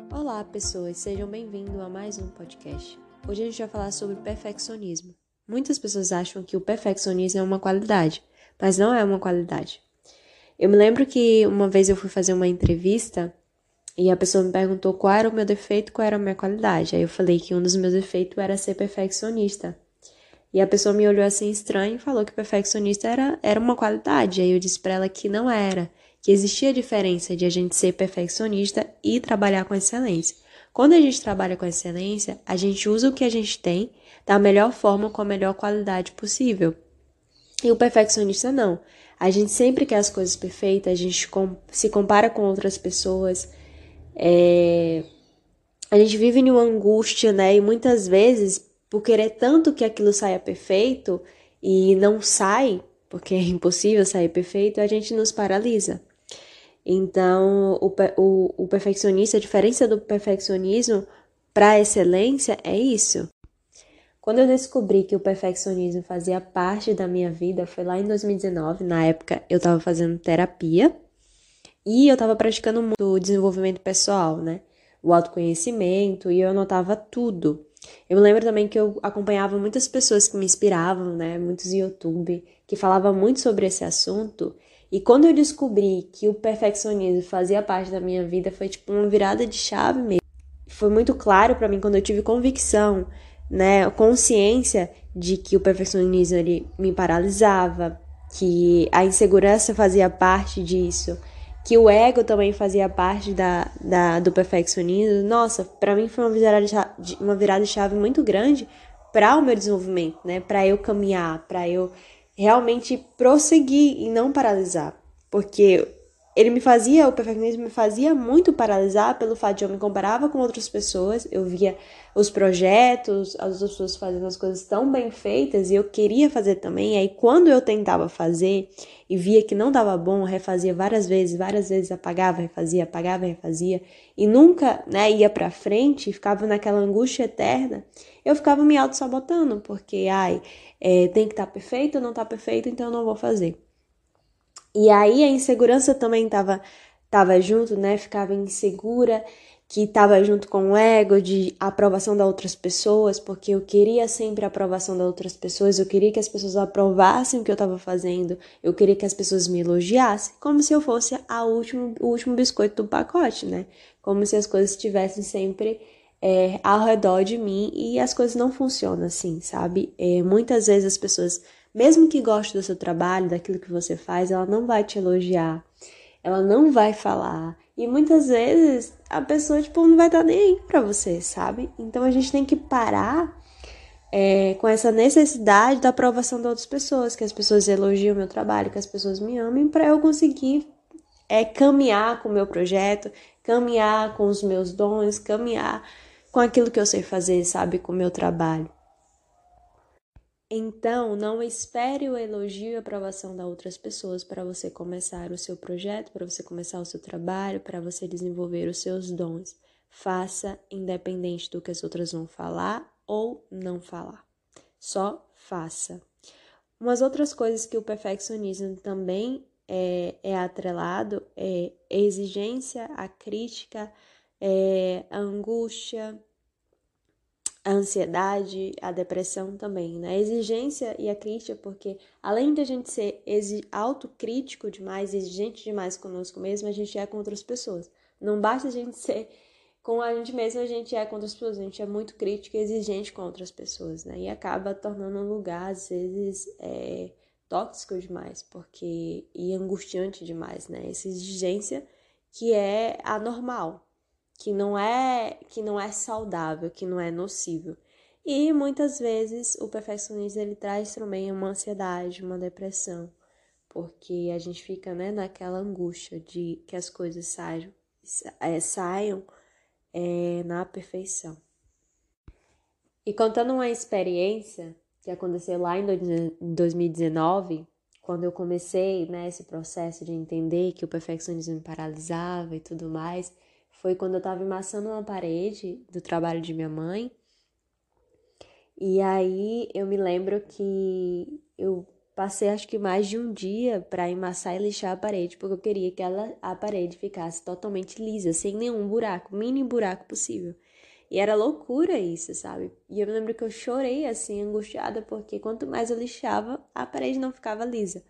Olá, pessoas, sejam bem-vindos a mais um podcast. Hoje a gente vai falar sobre perfeccionismo. Muitas pessoas acham que o perfeccionismo é uma qualidade, mas não é uma qualidade. Eu me lembro que uma vez eu fui fazer uma entrevista e a pessoa me perguntou qual era o meu defeito e qual era a minha qualidade. Aí eu falei que um dos meus defeitos era ser perfeccionista. E a pessoa me olhou assim estranho e falou que perfeccionista era uma qualidade. Aí eu disse pra ela que não era, que existia diferença de a gente ser perfeccionista e trabalhar com excelência. Quando a gente trabalha com excelência, a gente usa o que a gente tem da melhor forma, com a melhor qualidade possível. E o perfeccionista não. A gente sempre quer as coisas perfeitas, a gente se compara com outras pessoas, a gente vive em uma angústia, né? E muitas vezes, por querer tanto que aquilo saia perfeito e não sai, porque é impossível sair perfeito, a gente nos paralisa. Então, o perfeccionista, a diferença do perfeccionismo para a excelência é isso. Quando eu descobri que o perfeccionismo fazia parte da minha vida, foi lá em 2019. Na época, eu estava fazendo terapia e eu estava praticando muito o desenvolvimento pessoal, né? O autoconhecimento, e eu anotava tudo. Eu me lembro também que eu acompanhava muitas pessoas que me inspiravam, né? Muitos YouTube, que falavam muito sobre esse assunto. E quando eu descobri que o perfeccionismo fazia parte da minha vida, foi tipo uma virada de chave mesmo. Foi muito claro para mim quando eu tive convicção, né? Consciência de que o perfeccionismo ele me paralisava, que a insegurança fazia parte disso, que o ego também fazia parte do perfeccionismo. Nossa, para mim foi uma virada de chave muito grande para o meu desenvolvimento, né? Para eu caminhar, para eu realmente prosseguir e não paralisar. Porque o perfeccionismo me fazia muito paralisar pelo fato de eu me comparava com outras pessoas, eu via os projetos, as outras pessoas fazendo as coisas tão bem feitas e eu queria fazer também. Aí quando eu tentava fazer e via que não dava bom, refazia várias vezes apagava, refazia e nunca, né, ia pra frente, ficava naquela angústia eterna. Eu ficava me auto-sabotando, porque, tem que estar perfeito, não tá perfeito, então eu não vou fazer. E aí a insegurança também tava junto, né? Ficava insegura, que tava junto com o ego de aprovação das outras pessoas, porque eu queria sempre a aprovação das outras pessoas, eu queria que as pessoas aprovassem o que eu tava fazendo, eu queria que as pessoas me elogiassem, como se eu fosse o último biscoito do pacote, né? Como se as coisas estivessem sempre ao redor de mim e as coisas não funcionam assim, sabe? Muitas vezes as pessoas, mesmo que gostem do seu trabalho, daquilo que você faz, ela não vai te elogiar, ela não vai falar. E muitas vezes a pessoa, tipo, não vai estar nem aí pra você, sabe? Então a gente tem que parar com essa necessidade da aprovação de outras pessoas, que as pessoas elogiem o meu trabalho, que as pessoas me amem, para eu conseguir caminhar com o meu projeto, caminhar com os meus dons, caminhar com aquilo que eu sei fazer, sabe, com o meu trabalho. Então, não espere o elogio e a aprovação das outras pessoas para você começar o seu projeto, para você começar o seu trabalho, para você desenvolver os seus dons. Faça independente do que as outras vão falar ou não falar. Só faça. Umas outras coisas que o perfeccionismo também é atrelado é a exigência, a crítica, a angústia, a ansiedade, a depressão também, né? A exigência e a crítica, porque além de a gente ser autocrítico demais, exigente demais conosco mesmo, a gente é com outras pessoas. Não basta a gente ser com a gente mesmo, a gente é com outras pessoas, a gente é muito crítico e exigente com outras pessoas, né? E acaba tornando um lugar, às vezes, tóxico demais, e angustiante demais, né? Essa exigência que é anormal, que não é saudável, que não é nocivo. E muitas vezes o perfeccionismo ele traz também uma ansiedade, uma depressão, porque a gente fica, né, naquela angústia de que as coisas saiam na perfeição. E contando uma experiência que aconteceu lá em 2019, quando eu comecei, né, esse processo de entender que o perfeccionismo me paralisava e tudo mais, foi quando eu estava emassando uma parede do trabalho de minha mãe. E aí eu me lembro que eu passei acho que mais de um dia para emassar e lixar a parede, porque eu queria que a parede ficasse totalmente lisa, sem nenhum buraco, mini buraco possível. E era loucura isso, sabe? E eu me lembro que eu chorei assim, angustiada, porque quanto mais eu lixava, a parede não ficava lisa.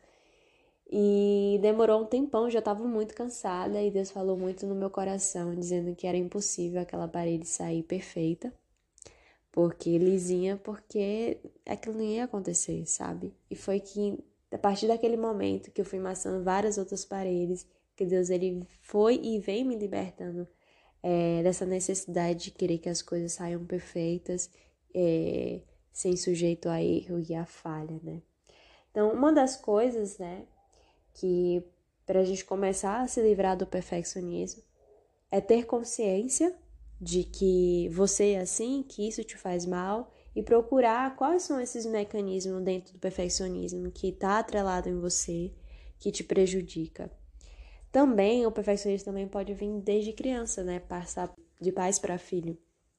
E demorou um tempão, eu já estava muito cansada, e Deus falou muito no meu coração, dizendo que era impossível aquela parede sair perfeita, porque lisinha, porque aquilo não ia acontecer, sabe? E foi que, a partir daquele momento que eu fui maçando várias outras paredes, que Deus ele foi e vem me libertando dessa necessidade de querer que as coisas saiam perfeitas, sem sujeito a erro e a falha, né? Então, uma das coisas, né, que para a gente começar a se livrar do perfeccionismo é ter consciência de que você é assim, que isso te faz mal e procurar quais são esses mecanismos dentro do perfeccionismo que está atrelado em você, que te prejudica. Também, o perfeccionismo também pode vir desde criança, né? Passar de pais para filho.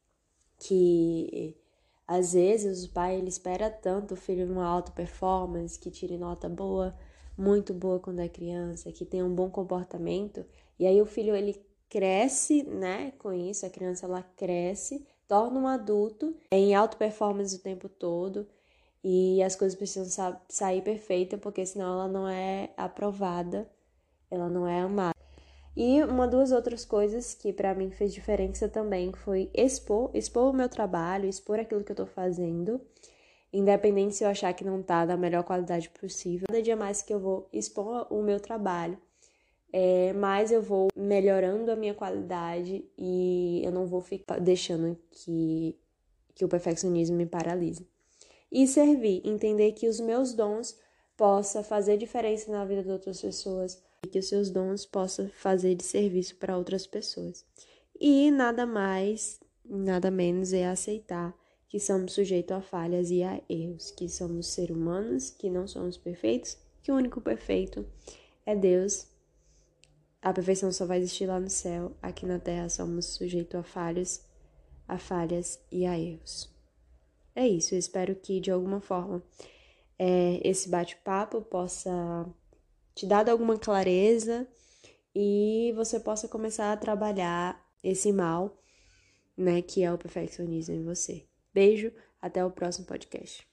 Que às vezes o pai ele espera tanto o filho numa alta performance, que tire nota boa, muito boa quando é criança, que tenha um bom comportamento, e aí o filho ele cresce, né, com isso, a criança ela cresce, torna um adulto em alta performance o tempo todo, e as coisas precisam sair perfeitas, porque senão ela não é aprovada, ela não é amada. E duas outras coisas que para mim fez diferença também foi expor o meu trabalho, expor aquilo que eu tô fazendo, independente se eu achar que não tá da melhor qualidade possível. Cada dia mais que eu vou expor o meu trabalho, mais eu vou melhorando a minha qualidade e eu não vou ficar deixando que o perfeccionismo me paralise. E servir, entender que os meus dons possam fazer diferença na vida de outras pessoas e que os seus dons possam fazer de serviço para outras pessoas. E nada mais, nada menos é aceitar que somos sujeitos a falhas e a erros, que somos seres humanos, que não somos perfeitos, que o único perfeito é Deus. A perfeição só vai existir lá no céu, aqui na terra somos sujeitos a falhas e a erros. É isso, eu espero que de alguma forma esse bate-papo possa te dar alguma clareza e você possa começar a trabalhar esse mal, né, que é o perfeccionismo em você. Beijo, até o próximo podcast.